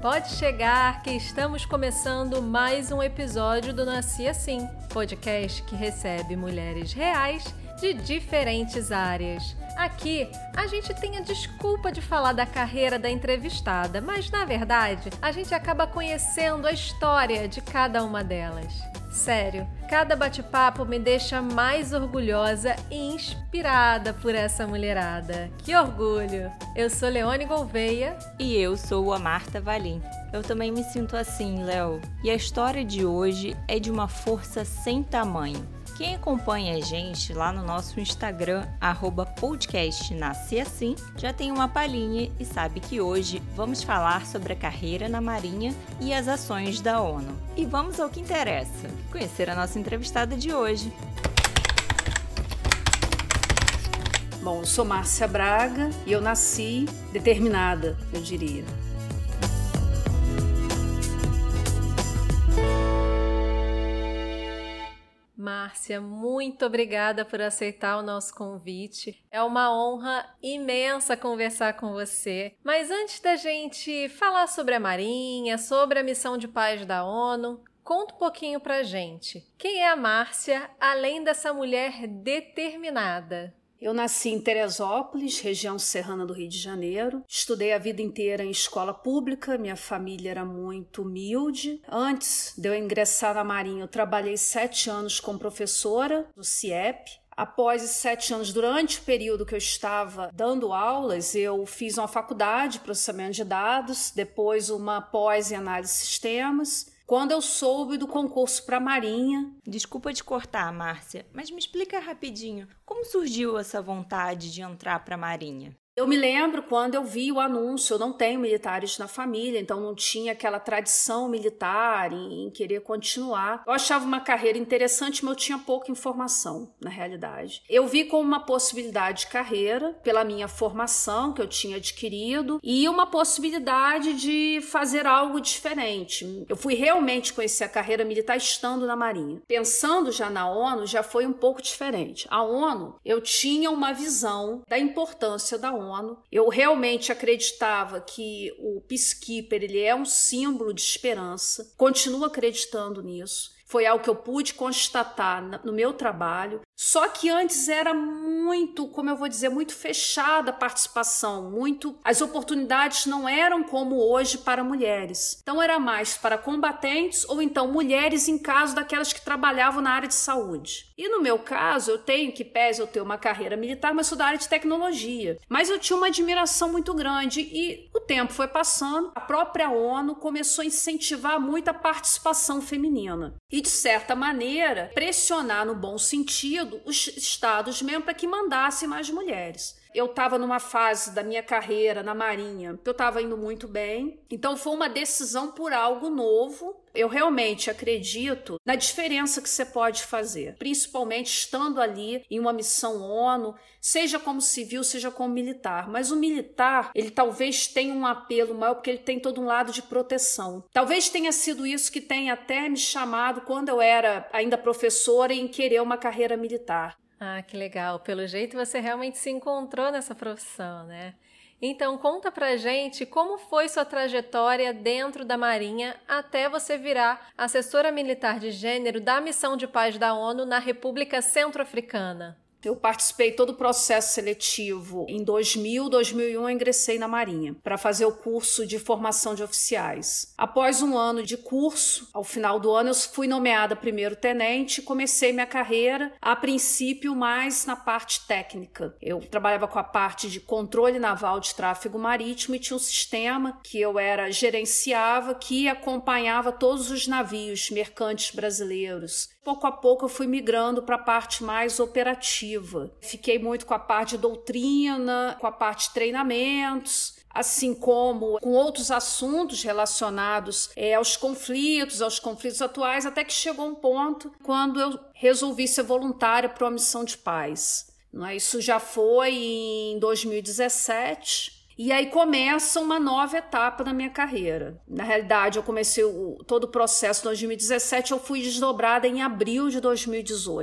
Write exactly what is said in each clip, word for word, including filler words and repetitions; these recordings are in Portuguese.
pode chegar que estamos começando mais um episódio do Nasci Assim, podcast que recebe mulheres reais de diferentes áreas. Aqui, a gente tem a desculpa de falar da carreira da entrevistada, mas na verdade, a gente acaba conhecendo a história de cada uma delas. Sério, cada bate-papo me deixa mais orgulhosa e inspirada por essa mulherada. Que orgulho! Eu sou Leone Gouveia. E eu sou a Marta Valim. Eu também me sinto assim, Léo. E a história de hoje é de uma força sem tamanho. Quem acompanha a gente lá no nosso Instagram, arroba podcast Nasci Assim, já tem uma palhinha e sabe que hoje vamos falar sobre a carreira na Marinha e as ações da ONU. E vamos ao que interessa, conhecer a nossa entrevistada de hoje. Bom, eu sou Márcia Braga e eu nasci determinada, eu diria. Márcia, muito obrigada por aceitar o nosso convite. É uma honra imensa conversar com você. Mas antes da gente falar sobre a Marinha, sobre a missão de paz da ONU, conta um pouquinho pra gente. Quem é a Márcia, além dessa mulher determinada? Eu nasci em Teresópolis, região serrana do Rio de Janeiro. Estudei a vida inteira em escola pública, minha família era muito humilde. Antes de eu ingressar na Marinha, eu trabalhei sete anos como professora do C I E P. Após esses sete anos, durante o período que eu estava dando aulas, eu fiz uma faculdade de processamento de dados, depois uma pós em análise de sistemas. Quando eu soube do concurso para a Marinha... Desculpa te cortar, Márcia, mas me explica rapidinho, como surgiu essa vontade de entrar para a Marinha? Eu me lembro quando eu vi o anúncio, eu não tenho militares na família, então não tinha aquela tradição militar em, em querer continuar. Eu achava uma carreira interessante, mas eu tinha pouca informação, na realidade. Eu vi como uma possibilidade de carreira, pela minha formação que eu tinha adquirido, e uma possibilidade de fazer algo diferente. Eu fui realmente conhecer a carreira militar estando na Marinha. Pensando já na ONU, já foi um pouco diferente. A ONU, eu tinha uma visão da importância da ONU. Eu realmente acreditava que o Peacekeeper ele é um símbolo de esperança, continuo acreditando nisso. Foi algo que eu pude constatar no meu trabalho. Só que antes era muito, como eu vou dizer, muito fechada a participação, muito, as oportunidades não eram como hoje para mulheres. Então era mais para combatentes ou então mulheres em caso daquelas que trabalhavam na área de saúde. E no meu caso, eu tenho que pese eu ter uma carreira militar, mas sou da área de tecnologia. Mas eu tinha uma admiração muito grande e o tempo foi passando, a própria ONU começou a incentivar muito a participação feminina. E, de certa maneira, pressionar no bom sentido os estados mesmo para que mandassem mais mulheres. Eu estava numa fase da minha carreira na Marinha que eu estava indo muito bem, então foi uma decisão por algo novo. Eu realmente acredito na diferença que você pode fazer, principalmente estando ali em uma missão ONU, seja como civil, seja como militar. Mas o militar, ele talvez tenha um apelo maior porque ele tem todo um lado de proteção. Talvez tenha sido isso que tenha até me chamado quando eu era ainda professora em querer uma carreira militar. Ah, que legal. Pelo jeito você realmente se encontrou nessa profissão, né? Então conta pra gente como foi sua trajetória dentro da Marinha até você virar assessora militar de gênero da Missão de Paz da ONU na República Centro-Africana. Eu participei todo o processo seletivo. Em dois mil, dois mil e um, eu ingressei na Marinha para fazer o curso de formação de oficiais. Após um ano de curso, ao final do ano, eu fui nomeada primeiro-tenente e comecei minha carreira, a princípio, mais na parte técnica. Eu trabalhava com a parte de controle naval de tráfego marítimo e tinha um sistema que eu era gerenciava, que acompanhava todos os navios mercantes brasileiros. Pouco a pouco eu fui migrando para a parte mais operativa. Fiquei muito com a parte de doutrina, com a parte de treinamentos, assim como com outros assuntos relacionados é, aos conflitos, aos conflitos atuais, até que chegou um ponto quando eu resolvi ser voluntária para uma missão de paz. Isso já foi em dois mil e dezessete. E aí começa uma nova etapa na minha carreira. Na realidade, eu comecei o, todo o processo em dois mil e dezessete, eu fui desdobrada em abril de dois mil e dezoito.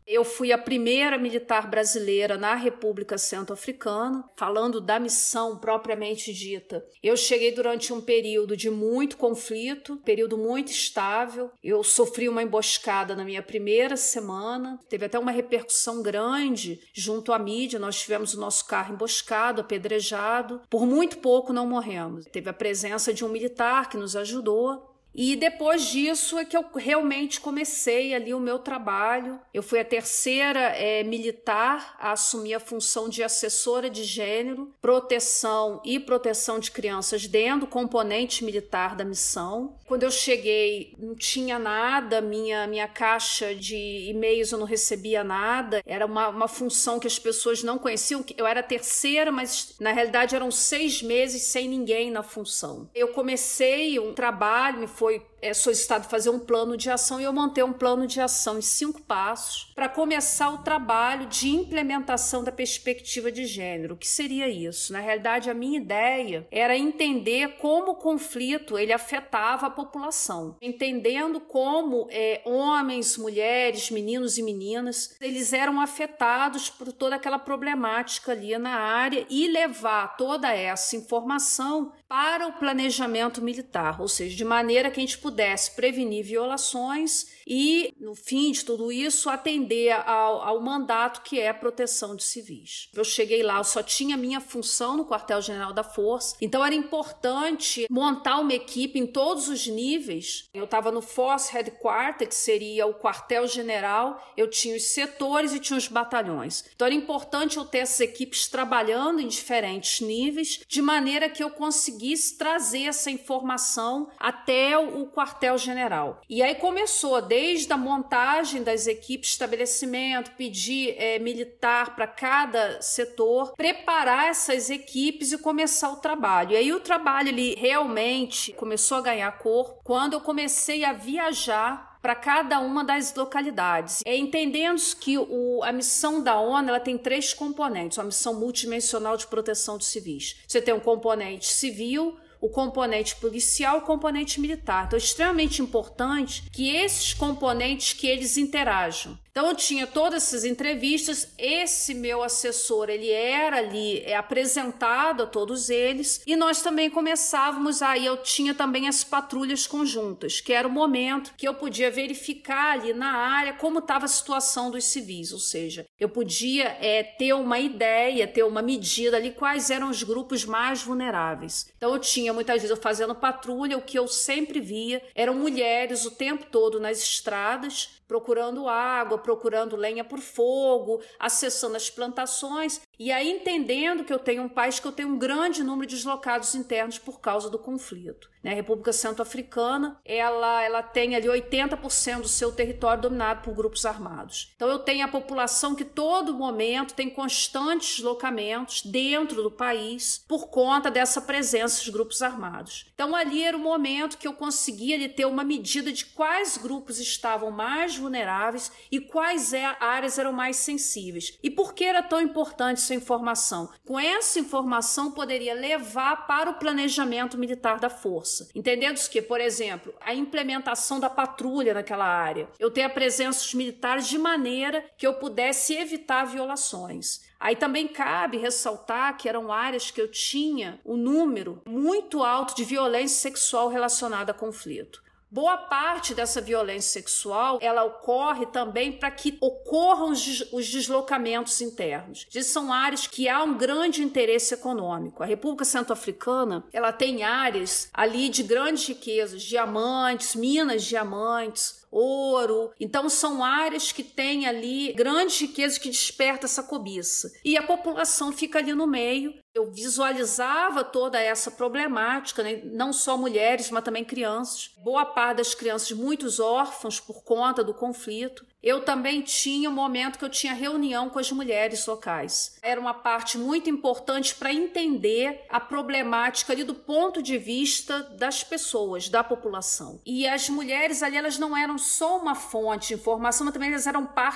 Eu fui a primeira militar brasileira na República Centro-Africana, falando da missão propriamente dita. Eu cheguei durante um período de muito conflito, período muito instável. Eu sofri uma emboscada na minha primeira semana, teve até uma repercussão grande junto à mídia. Nós tivemos o nosso carro emboscado, apedrejado. Por muito pouco não morremos. Teve a presença de um militar que nos ajudou. E depois disso é que eu realmente comecei ali o meu trabalho. Eu fui a terceira é, militar a assumir a função de assessora de gênero, proteção e proteção de crianças dentro do componente militar da missão. Quando eu cheguei, não tinha nada, minha, minha caixa de e-mails eu não recebia nada. Era uma, uma função que as pessoas não conheciam. Eu era a terceira, mas na realidade eram seis meses sem ninguém na função. Eu comecei um trabalho, me foi é, solicitado fazer um plano de ação e eu montei um plano de ação em cinco passos para começar o trabalho de implementação da perspectiva de gênero. O que seria isso? Na realidade, a minha ideia era entender como o conflito ele afetava a população, entendendo como é, homens, mulheres, meninos e meninas, eles eram afetados por toda aquela problemática ali na área e levar toda essa informação para o planejamento militar, ou seja, de maneira que a gente pudesse prevenir violações e, no fim de tudo isso, atender ao, ao mandato que é a proteção de civis. Eu cheguei lá, eu só tinha minha função no quartel-general da Força, então era importante montar uma equipe em todos os níveis. Eu estava no Force Headquarter, que seria o quartel-general, eu tinha os setores e tinha os batalhões. Então era importante eu ter essas equipes trabalhando em diferentes níveis, de maneira que eu conseguisse trazer essa informação até o quartel-general. E aí começou desde a montagem das equipes, estabelecimento, pedir é, militar para cada setor, preparar essas equipes e começar o trabalho. E aí o trabalho ele realmente começou a ganhar corpo quando eu comecei a viajar para cada uma das localidades. É, entendendo que o, a missão da ONU ela tem três componentes, uma missão multidimensional de proteção de civis. Você tem um componente civil, o componente policial, o componente militar. Então é extremamente importante que esses componentes que eles interajam. Então eu tinha todas essas entrevistas, esse meu assessor, ele era ali é, apresentado a todos eles e nós também começávamos, aí eu tinha também as patrulhas conjuntas, que era o momento que eu podia verificar ali na área como estava a situação dos civis, ou seja, eu podia é, ter uma ideia, ter uma medida ali quais eram os grupos mais vulneráveis. Então eu tinha muitas vezes eu fazendo patrulha, o que eu sempre via eram mulheres o tempo todo nas estradas, procurando água, procurando lenha por fogo, acessando as plantações e aí entendendo que eu tenho um país que eu tenho um grande número de deslocados internos por causa do conflito. Né? A República Centro-Africana, ela, ela tem ali oitenta por cento do seu território dominado por grupos armados. Então eu tenho a população que todo momento tem constantes deslocamentos dentro do país por conta dessa presença dos grupos armados. Então ali era o momento que eu conseguia ali, ter uma medida de quais grupos estavam mais vulneráveis e quais é, áreas eram mais sensíveis. E por que era tão importante essa informação? Com essa informação poderia levar para o planejamento militar da força. Entendendo que, por exemplo, a implementação da patrulha naquela área, eu ter a presença dos militares de maneira que eu pudesse evitar violações. Aí também cabe ressaltar que eram áreas que eu tinha um número muito alto de violência sexual relacionada a conflito. Boa parte dessa violência sexual, ela ocorre também para que ocorram os deslocamentos internos. São áreas que há um grande interesse econômico. A República Centro-Africana, ela tem áreas ali de grandes riquezas, diamantes, minas de diamantes, ouro. Então são áreas que têm ali grandes riquezas que despertam essa cobiça. E a população fica ali no meio. Eu visualizava toda essa problemática, né? Não só mulheres, mas também crianças. Boa parte das crianças, muitos órfãos por conta do conflito. Eu também tinha um momento que eu tinha reunião com as mulheres locais. Era uma parte muito importante para entender a problemática ali do ponto de vista das pessoas, da população. E as mulheres ali, elas não eram só uma fonte de informação, mas também elas eram parte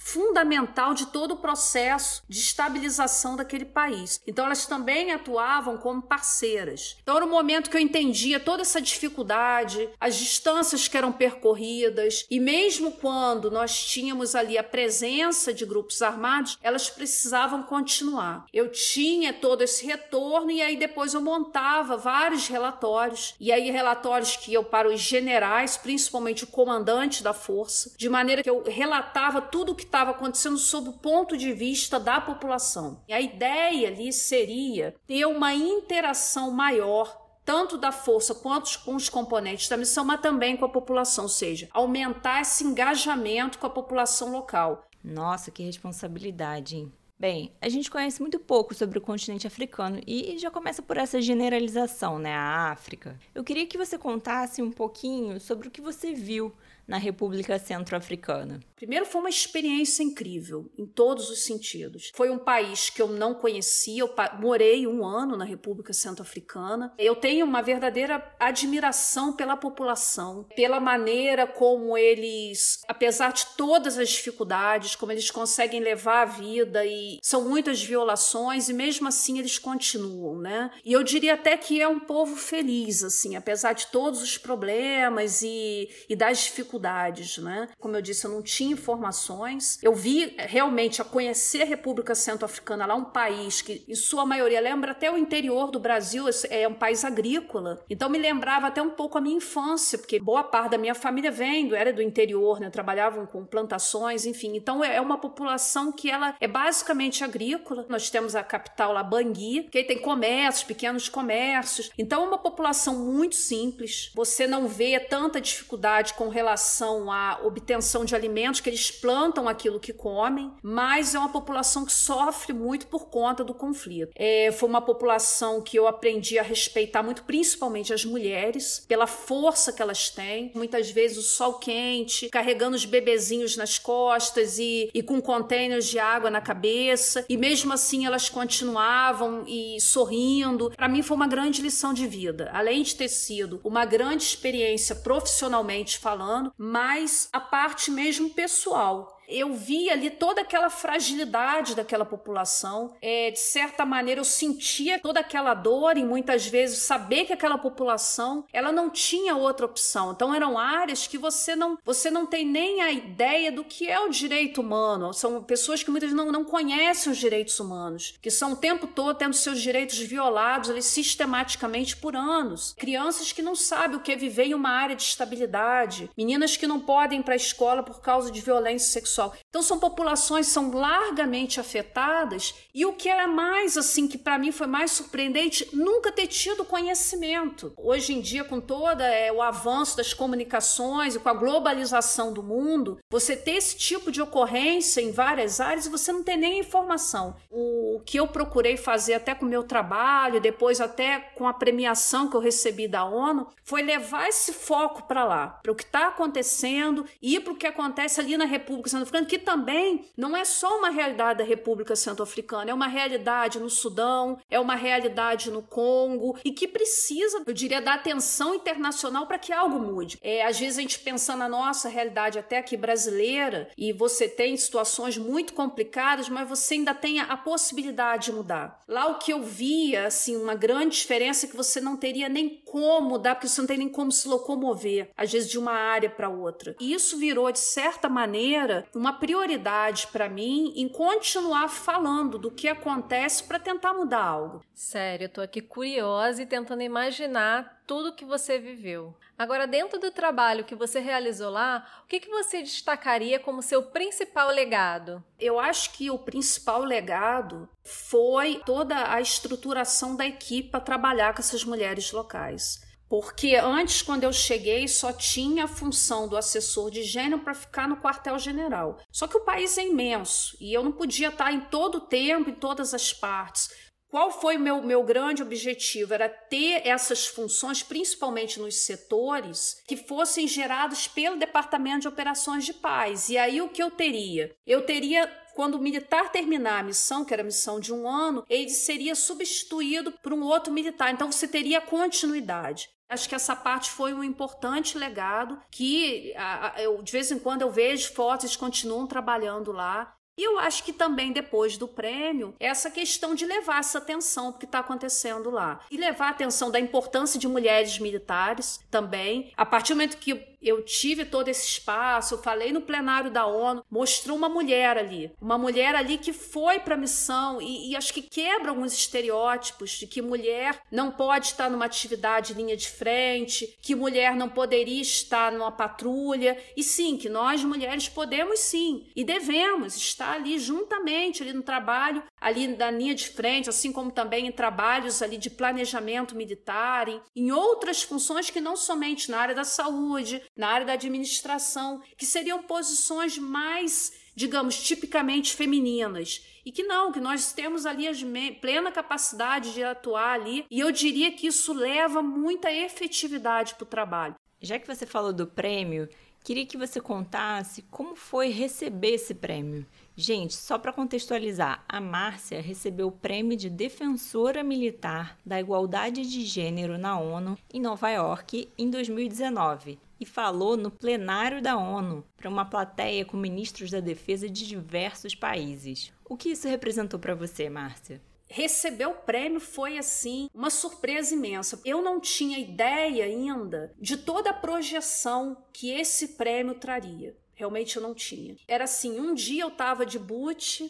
fundamental de todo o processo de estabilização daquele país. Então elas também atuavam como parceiras. Então era um momento que eu entendia toda essa dificuldade, as distâncias que eram percorridas, e mesmo quando nós tínhamos ali a presença de grupos armados, elas precisavam continuar. Eu tinha todo esse retorno e aí depois eu montava vários relatórios, e aí relatórios que iam para os generais, principalmente o comandante da força, de maneira que eu relatava tudo o que estava acontecendo sob o ponto de vista da população. E a ideia ali seria ter uma interação maior tanto da força quanto com os componentes da missão, mas também com a população, ou seja, aumentar esse engajamento com a população local. Nossa, que responsabilidade, hein? Bem, a gente conhece muito pouco sobre o continente africano e já começa por essa generalização, né, a África. Eu queria que você contasse um pouquinho sobre o que você viu na República Centro-Africana. Primeiro, foi uma experiência incrível, em todos os sentidos. Foi um país que eu não conhecia, eu morei um ano na República Centro-Africana. Eu tenho uma verdadeira admiração pela população, pela maneira como eles, apesar de todas as dificuldades, como eles conseguem levar a vida, e são muitas violações, e mesmo assim eles continuam, né? E eu diria até que é um povo feliz, assim, apesar de todos os problemas e, e das dificuldades. Dificuldades, né? Como eu disse, eu não tinha informações. Eu vi realmente a conhecer a República Centro-Africana, lá um país que, em sua maioria, lembra até o interior do Brasil, é um país agrícola. Então me lembrava até um pouco a minha infância, porque boa parte da minha família vem, era do interior, né? Trabalhavam com plantações, enfim. Então é uma população que ela é basicamente agrícola. Nós temos a capital lá, Bangui, que aí tem comércios, pequenos comércios. Então é uma população muito simples. Você não vê tanta dificuldade com relação à obtenção de alimentos, que eles plantam aquilo que comem, mas é uma população que sofre muito por conta do conflito. É, foi uma população que eu aprendi a respeitar muito, principalmente as mulheres, pela força que elas têm. Muitas vezes o sol quente, carregando os bebezinhos nas costas e, e com containers de água na cabeça, e mesmo assim elas continuavam e sorrindo. Para mim foi uma grande lição de vida, além de ter sido uma grande experiência profissionalmente falando, mas a parte mesmo pessoal. Eu vi ali toda aquela fragilidade daquela população, é, de certa maneira eu sentia toda aquela dor e muitas vezes saber que aquela população ela não tinha outra opção. Então eram áreas que você não, você não tem nem a ideia do que é o direito humano. São pessoas que muitas vezes não, não conhecem os direitos humanos, que são o tempo todo tendo seus direitos violados ali, sistematicamente por anos. Crianças que não sabem o que é viver em uma área de estabilidade, meninas que não podem ir para a escola por causa de violência sexual. Então são populações que são largamente afetadas, e o que era mais assim, que para mim foi mais surpreendente, nunca ter tido conhecimento. Hoje em dia, com todo é, o avanço das comunicações e com a globalização do mundo, você ter esse tipo de ocorrência em várias áreas e você não tem nem informação. O que eu procurei fazer até com o meu trabalho, depois até com a premiação que eu recebi da ONU, foi levar esse foco para lá, para o que está acontecendo e para o que acontece ali na República Centro-Africana, que também não é só uma realidade da República Centro-Africana, é uma realidade no Sudão, é uma realidade no Congo, e que precisa, eu diria, da atenção internacional para que algo mude. É, às vezes a gente pensa na nossa realidade até aqui brasileira, e você tem situações muito complicadas, mas você ainda tem a, a possibilidade de mudar. Lá o que eu via, assim, uma grande diferença é que você não teria nem como mudar, porque você não tem nem como se locomover, às vezes de uma área para outra. E isso virou, de certa maneira, uma prioridade para mim em continuar falando do que acontece para tentar mudar algo. Sério, eu tô aqui curiosa e tentando imaginar tudo que você viveu. Agora, dentro do trabalho que você realizou lá, o que, que você destacaria como seu principal legado? Eu acho que o principal legado foi toda a estruturação da equipe para trabalhar com essas mulheres locais. Porque antes, quando eu cheguei, só tinha a função do assessor de gênero para ficar no quartel-general. Só que o país é imenso e eu não podia estar em todo o tempo, em todas as partes. Qual foi o meu, meu grande objetivo? Era ter essas funções, principalmente nos setores, que fossem gerados pelo Departamento de Operações de Paz. E aí o que eu teria? Eu teria... Quando o militar terminar a missão, que era a missão de um ano, ele seria substituído por um outro militar. Então, você teria continuidade. Acho que essa parte foi um importante legado que a, a, eu, de vez em quando eu vejo fotos, eles continuam trabalhando lá. E eu acho que também depois do prêmio, essa questão de levar essa atenção para o que está acontecendo lá. E levar a atenção da importância de mulheres militares também. A partir do momento que eu tive todo esse espaço, eu falei no plenário da ONU, mostrou uma mulher ali. Uma mulher ali que foi para a missão e, e acho que quebra alguns estereótipos de que mulher não pode estar numa atividade linha de frente, que mulher não poderia estar numa patrulha. E sim, que nós mulheres podemos sim e devemos estar ali juntamente, ali no trabalho, ali na linha de frente, assim como também em trabalhos ali de planejamento militar, em, em outras funções que não somente na área da saúde, na área da administração, que seriam posições mais, digamos, tipicamente femininas. E que não, que nós temos ali a plena capacidade de atuar ali. E eu diria que isso leva muita efetividade para o trabalho. Já que você falou do prêmio, queria que você contasse como foi receber esse prêmio. Gente, só para contextualizar, a Márcia recebeu o prêmio de Defensora Militar da Igualdade de Gênero na ONU em Nova York em dois mil e dezenove e falou no plenário da ONU para uma plateia com ministros da defesa de diversos países. O que isso representou para você, Márcia? Receber o prêmio foi, assim, uma surpresa imensa. Eu não tinha ideia ainda de toda a projeção que esse prêmio traria. Realmente eu não tinha. Era assim, um dia eu estava de boot,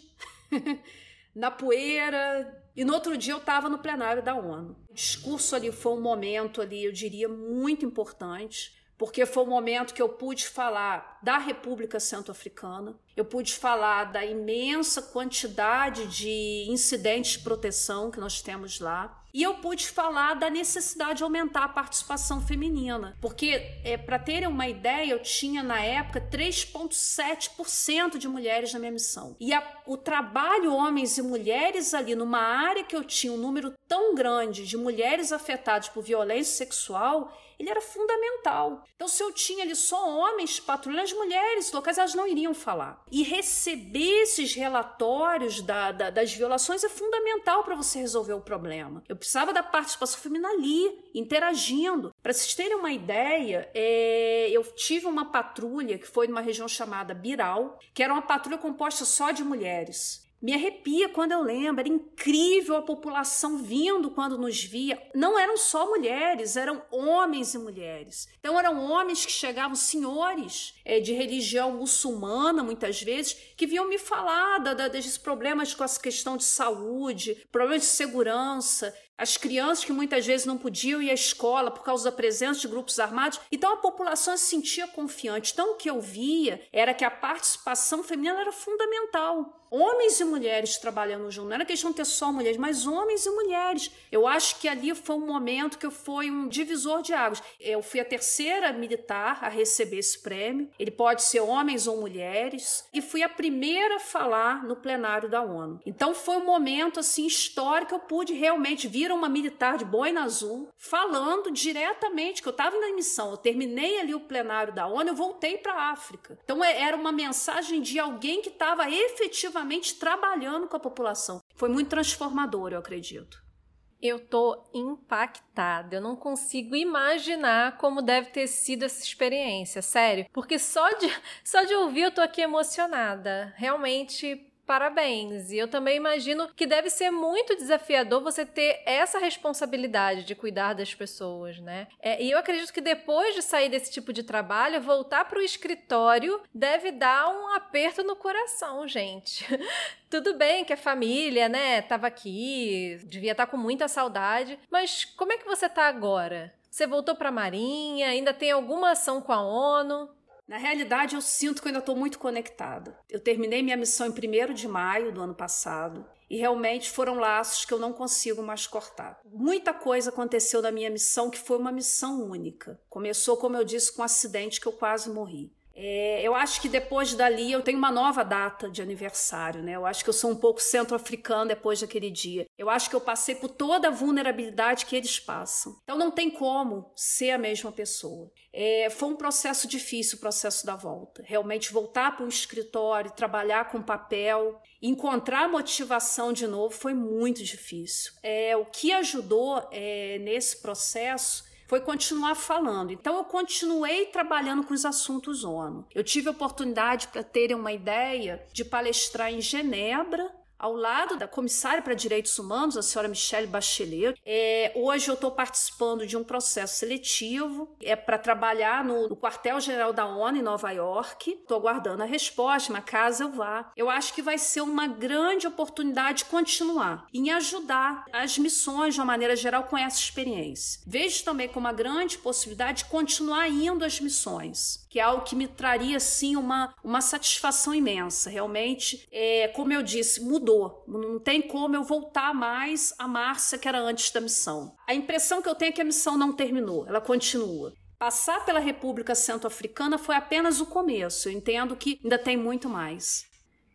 na poeira, e no outro dia eu estava no plenário da ONU. O discurso ali foi um momento ali, eu diria, muito importante, porque foi um momento que eu pude falar da República Centro-Africana, eu pude falar da imensa quantidade de incidentes de proteção que nós temos lá, e eu pude falar da necessidade de aumentar a participação feminina, porque, é, para terem uma ideia, eu tinha na época três vírgula sete por cento de mulheres na minha missão. E a, o trabalho homens e mulheres ali, numa área que eu tinha um número tão grande de mulheres afetadas por violência sexual, ele era fundamental. Então, se eu tinha ali só homens patrulhando, as mulheres locais, elas não iriam falar. E receber esses relatórios da, da, das violações é fundamental para você resolver o problema. Eu precisava da participação feminina ali, interagindo. Para vocês terem uma ideia, é, eu tive uma patrulha que foi numa região chamada Biral, que era uma patrulha composta só de mulheres. Me arrepia quando eu lembro, era incrível a população vindo quando nos via. Não eram só mulheres, eram homens e mulheres. Então eram homens que chegavam, senhores é, de religião muçulmana, muitas vezes, que vinham me falar da, da, desses problemas com essa questão de saúde, problemas de segurança, as crianças que muitas vezes não podiam ir à escola por causa da presença de grupos armados. Então a população se sentia confiante. Então o que eu via era que a participação feminina era fundamental. Homens e mulheres trabalhando junto. Não era questão de ter só mulheres, mas homens e mulheres. Eu acho que ali foi um momento que foi um divisor de águas. Eu fui a terceira militar a receber esse prêmio. Ele pode ser homens ou mulheres. E fui a primeira a falar no plenário da ONU. Então foi um momento assim histórico que eu pude realmente vir uma militar de boina azul falando diretamente, que eu estava na missão. Eu terminei ali o plenário da ONU, eu voltei para a África. Então era uma mensagem de alguém que estava efetivamente trabalhando com a população. Foi muito transformador, eu acredito. Eu tô impactada, eu não consigo imaginar como deve ter sido essa experiência, sério. Porque só de, só de ouvir eu tô aqui emocionada. Realmente, parabéns. E eu também imagino que deve ser muito desafiador você ter essa responsabilidade de cuidar das pessoas, né? É, e eu acredito que depois de sair desse tipo de trabalho, voltar para o escritório deve dar um aperto no coração, gente. Tudo bem que a família, né, tava aqui, devia estar com muita saudade, mas como é que você tá agora? Você voltou para a Marinha? Ainda tem alguma ação com a ONU? Na realidade, eu sinto que eu ainda estou muito conectada. Eu terminei minha missão em primeiro de maio do ano passado e realmente foram laços que eu não consigo mais cortar. Muita coisa aconteceu na minha missão que foi uma missão única. Começou, como eu disse, com um acidente que eu quase morri. É, eu acho que depois dali eu tenho uma nova data de aniversário, né? Eu acho que eu sou um pouco centro-africana depois daquele dia. Eu acho que eu passei por toda a vulnerabilidade que eles passam. Então não tem como ser a mesma pessoa. É, foi um processo difícil, o processo da volta. Realmente voltar para um escritório, trabalhar com papel, encontrar motivação de novo foi muito difícil. É, o que ajudou é, nesse processo foi continuar falando. Então, eu continuei trabalhando com os assuntos ONU. Eu tive a oportunidade, para terem uma ideia, de palestrar em Genebra, ao lado da comissária para direitos humanos, a senhora Michelle Bachelet. É, hoje eu estou participando de um processo seletivo é, para trabalhar no, no quartel-general da ONU em Nova York. Estou aguardando a resposta, mas caso eu vá. Eu acho que vai ser uma grande oportunidade de continuar em ajudar as missões de uma maneira geral com essa experiência. Vejo também como uma grande possibilidade de continuar indo às missões, que é algo que me traria, sim, uma, uma satisfação imensa. Realmente, é, como eu disse, mudou. Não tem como eu voltar mais a Márcia que era antes da missão. A impressão que eu tenho é que a missão não terminou, ela continua. Passar pela República Centro-Africana foi apenas o começo. Eu entendo que ainda tem muito mais.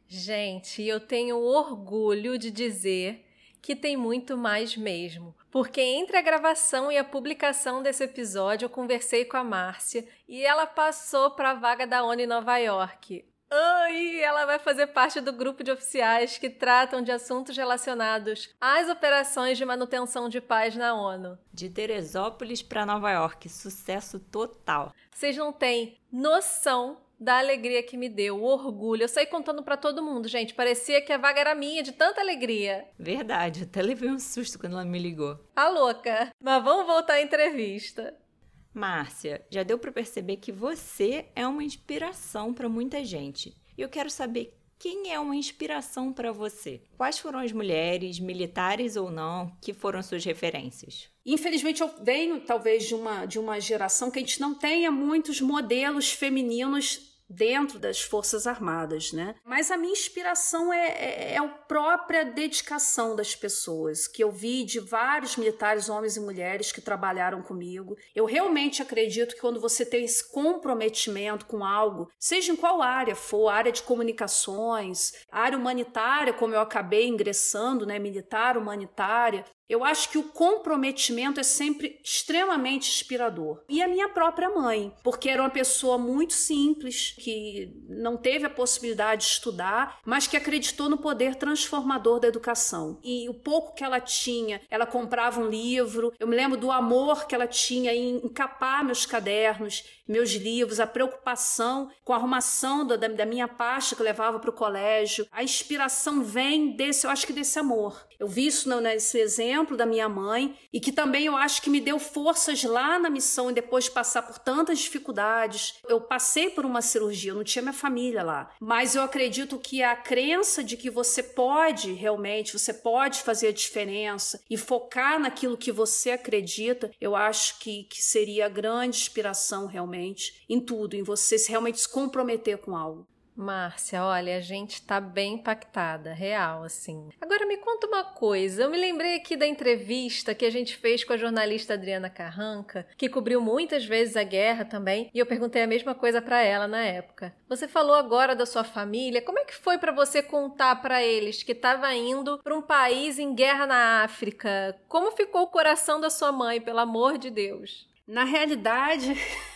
Gente, eu tenho orgulho de dizer que tem muito mais mesmo. Porque entre a gravação e a publicação desse episódio, eu conversei com a Márcia e ela passou para a vaga da ONU em Nova York. Ai, ela vai fazer parte do grupo de oficiais que tratam de assuntos relacionados às operações de manutenção de paz na ONU. De Teresópolis para Nova York, sucesso total. Vocês não têm noção da alegria que me deu, o orgulho. Eu saí contando pra todo mundo, gente. Parecia que a vaga era minha, de tanta alegria. Verdade, até levei um susto quando ela me ligou. A louca. Mas vamos voltar à entrevista. Márcia, já deu pra perceber que você é uma inspiração pra muita gente. E eu quero saber quem é uma inspiração pra você. Quais foram as mulheres, militares ou não, que foram suas referências? Infelizmente, eu venho, talvez, de uma, de uma geração que a gente não tenha muitos modelos femininos dentro das Forças Armadas, né? Mas a minha inspiração é, é, é a própria dedicação das pessoas, que eu vi de vários militares, homens e mulheres, que trabalharam comigo. Eu realmente acredito que quando você tem esse comprometimento com algo, seja em qual área for, área de comunicações, área humanitária, como eu acabei ingressando, né? Militar, humanitária, eu acho que o comprometimento é sempre extremamente inspirador. E a minha própria mãe, porque era uma pessoa muito simples, que não teve a possibilidade de estudar, mas que acreditou no poder transformador da educação. E o pouco que ela tinha, ela comprava um livro. Eu me lembro do amor que ela tinha em encapar meus cadernos, meus livros, a preocupação com a arrumação da, da minha pasta que eu levava para o colégio. A inspiração vem desse, eu acho que desse amor. Eu vi isso nesse exemplo da minha mãe e que também eu acho que me deu forças lá na missão e depois de passar por tantas dificuldades. Eu passei por uma cirurgia, eu não tinha minha família lá, mas eu acredito que a crença de que você pode realmente, você pode fazer a diferença e focar naquilo que você acredita, eu acho que, que seria a grande inspiração realmente em tudo, em você se realmente se comprometer com algo. Márcia, olha, a gente tá bem impactada, real, assim. Agora me conta uma coisa, eu me lembrei aqui da entrevista que a gente fez com a jornalista Adriana Carranca, que cobriu muitas vezes a guerra também, e eu perguntei a mesma coisa pra ela na época. Você falou agora da sua família, como é que foi pra você contar pra eles que tava indo pra um país em guerra na África? Como ficou o coração da sua mãe, pelo amor de Deus? Na realidade...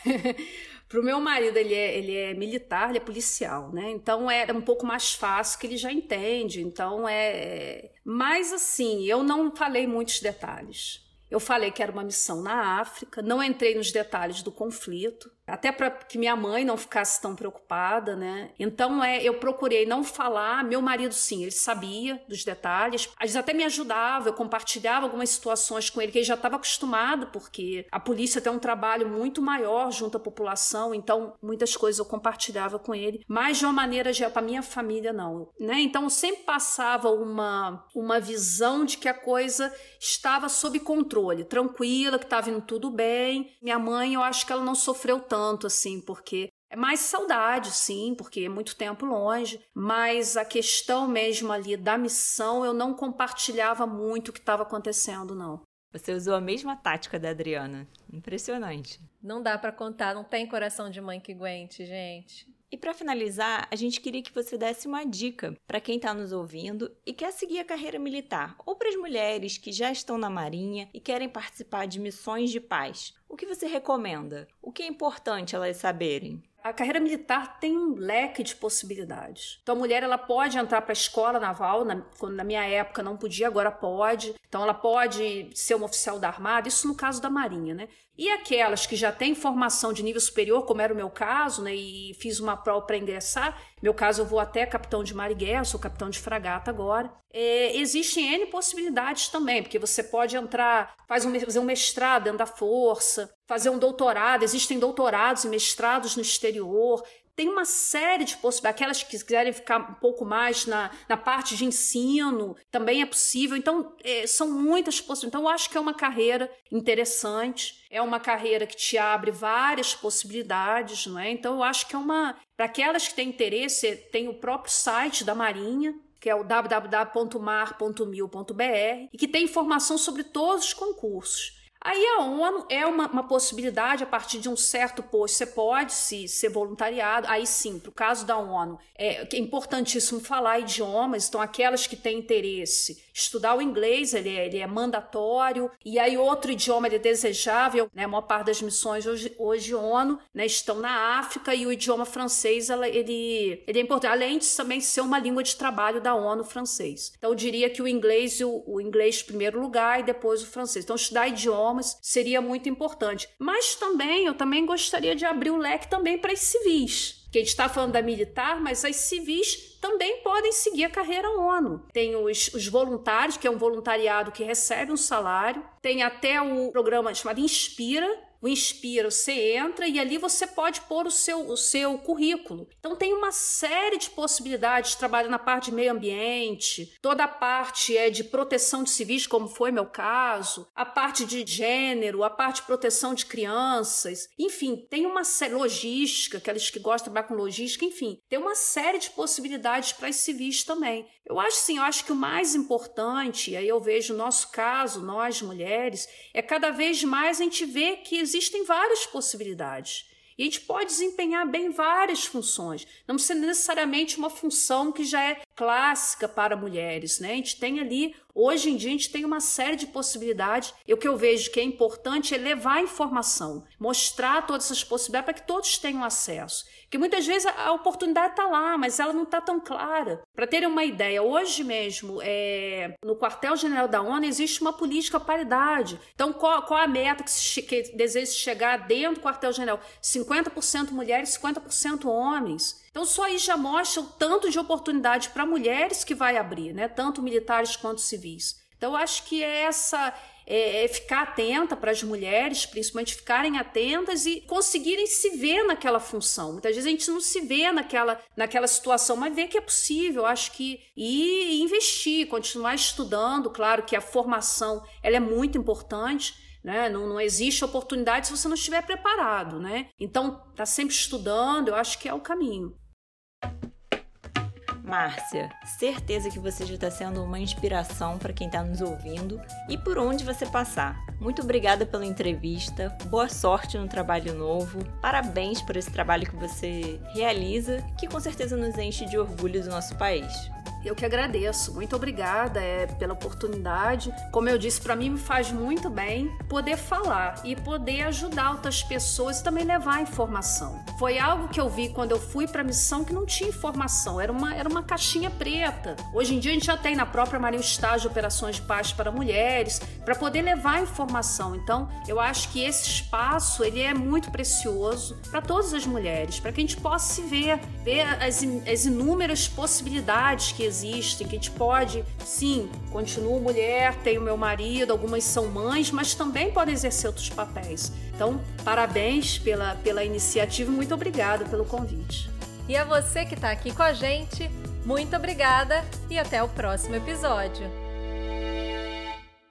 Para o meu marido, ele é, ele é militar, ele é policial, né? Então é um pouco mais fácil, que ele já entende. Então é... Mas assim, eu não falei muitos detalhes. Eu falei que era uma missão na África, não entrei nos detalhes do conflito, até para que minha mãe não ficasse tão preocupada, né? Então é, eu procurei não falar. Meu marido, sim, ele sabia dos detalhes, às vezes até me ajudava, eu compartilhava algumas situações com ele, que ele já estava acostumado, porque a polícia tem um trabalho muito maior junto à população, então muitas coisas eu compartilhava com ele, mas de uma maneira geral, para minha família, não, né? Então eu sempre passava uma, uma visão de que a coisa estava sob controle, tranquila, que estava indo tudo bem. Minha mãe, eu acho que ela não sofreu tanto assim, porque é mais saudade, sim, porque é muito tempo longe, mas a questão mesmo ali da missão, eu não compartilhava muito o que estava acontecendo, não. Você usou a mesma tática da Adriana. Impressionante. Não dá pra contar, não tem coração de mãe que aguente, gente. E para finalizar, a gente queria que você desse uma dica para quem está nos ouvindo e quer seguir a carreira militar, ou para as mulheres que já estão na Marinha e querem participar de missões de paz. O que você recomenda? O que é importante elas saberem? A carreira militar tem um leque de possibilidades. Então a mulher ela pode entrar para a escola naval, na, quando na minha época não podia, agora pode. Então ela pode ser uma oficial da Armada, isso no caso da Marinha, né? E aquelas que já têm formação de nível superior, como era o meu caso, né, e fiz uma prova para ingressar, meu caso eu vou até capitão de mar e guerra, sou capitão de fragata agora, é, existem N possibilidades também, porque você pode entrar, faz um, fazer um mestrado dentro da força, fazer um doutorado, existem doutorados e mestrados no exterior. Tem uma série de possibilidades. Aquelas que quiserem ficar um pouco mais na, na parte de ensino, também é possível. Então, é, são muitas possibilidades. Então, eu acho que é uma carreira interessante. É uma carreira que te abre várias possibilidades, não é? Então, eu acho que é uma... Para aquelas que têm interesse, tem o próprio site da Marinha, que é o w w w ponto mar ponto mil ponto b r, e que tem informação sobre todos os concursos. Aí a ONU é uma, uma possibilidade, a partir de um certo posto, você pode se, ser voluntariado. Aí sim, para o caso da ONU, é, é importantíssimo falar idiomas, então aquelas que têm interesse, estudar o inglês, ele é, ele é mandatório, e aí outro idioma ele é desejável, né? A maior parte das missões hoje, hoje ONU, né, estão na África, e o idioma francês ela, ele, ele é importante, além de também ser uma língua de trabalho da ONU francês. Então eu diria que o inglês, o, o inglês em primeiro lugar e depois o francês. Então estudar idiomas seria muito importante. Mas também, eu também gostaria de abrir o leque também para as civis. Que a gente está falando da militar, mas as civis também podem seguir a carreira ONU. Tem os, os voluntários, que é um voluntariado que recebe um salário. Tem até o programa chamado Inspira. O Inspira, você entra e ali você pode pôr o seu, o seu currículo. Então tem uma série de possibilidades, trabalho na parte de meio ambiente, toda a parte é de proteção de civis, como foi meu caso, a parte de gênero, a parte de proteção de crianças, enfim, tem uma série, logística, aqueles que gostam de trabalhar com logística, enfim, tem uma série de possibilidades para os civis também. Eu acho sim, eu acho que o mais importante, e aí eu vejo o nosso caso, nós mulheres, é cada vez mais a gente ver que existem várias possibilidades. E a gente pode desempenhar bem várias funções. Não precisa necessariamente uma função que já é clássica para mulheres, né? A gente tem ali, hoje em dia, a gente tem uma série de possibilidades. E o que eu vejo que é importante é levar a informação, mostrar todas essas possibilidades para que todos tenham acesso. Porque muitas vezes a oportunidade está lá, mas ela não está tão clara. Para terem uma ideia, hoje mesmo, é, no quartel-general da ONU, existe uma política paridade. Então, qual, qual a meta que, se, que deseja chegar dentro do quartel-general? cinquenta por cento mulheres, cinquenta por cento homens. Então, só aí já mostra o tanto de oportunidade para mulheres que vai abrir, né? Tanto militares quanto civis. Então, eu acho que é essa... É ficar atenta para as mulheres, principalmente ficarem atentas e conseguirem se ver naquela função. Muitas vezes a gente não se vê naquela, naquela situação, mas vê que é possível. Acho que e investir, continuar estudando. Claro que a formação ela é muito importante, né? Não, não existe oportunidade se você não estiver preparado, né? Então, tá sempre estudando, eu acho que é o caminho. Márcia, certeza que você já está sendo uma inspiração para quem está nos ouvindo e por onde você passar. Muito obrigada pela entrevista, boa sorte no trabalho novo, parabéns por esse trabalho que você realiza, que com certeza nos enche de orgulho do nosso país. Eu que agradeço, muito obrigada é, pela oportunidade. Como eu disse, para mim me faz muito bem poder falar e poder ajudar outras pessoas e também levar a informação. Foi algo que eu vi quando eu fui para a missão que não tinha informação, era uma, era uma caixinha preta. Hoje em dia a gente já tem na própria Marinha o estágio de operações de paz para mulheres, para poder levar a informação. Então, eu acho que esse espaço ele é muito precioso para todas as mulheres, para que a gente possa se ver, ver as, as inúmeras possibilidades que existem, que a gente pode, sim, continuo mulher, tenho meu marido, algumas são mães, mas também podem exercer outros papéis. Então, parabéns pela, pela iniciativa e muito obrigada pelo convite. E a você que está aqui com a gente, muito obrigada e até o próximo episódio.